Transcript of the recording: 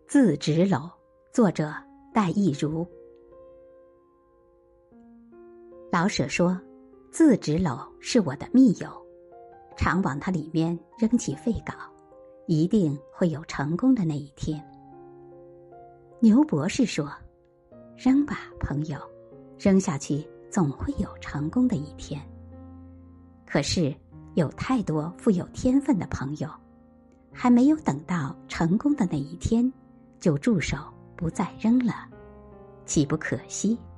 字纸篓，作者戴亦儒。老舍说，字纸篓是我的密友，常往它里面扔起废稿，一定会有成功的那一天。牛博士说，扔吧，朋友，扔下去总会有成功的一天。可是有太多富有天分的朋友，还没有等到成功的那一天，就驻手不再扔了，岂不可惜？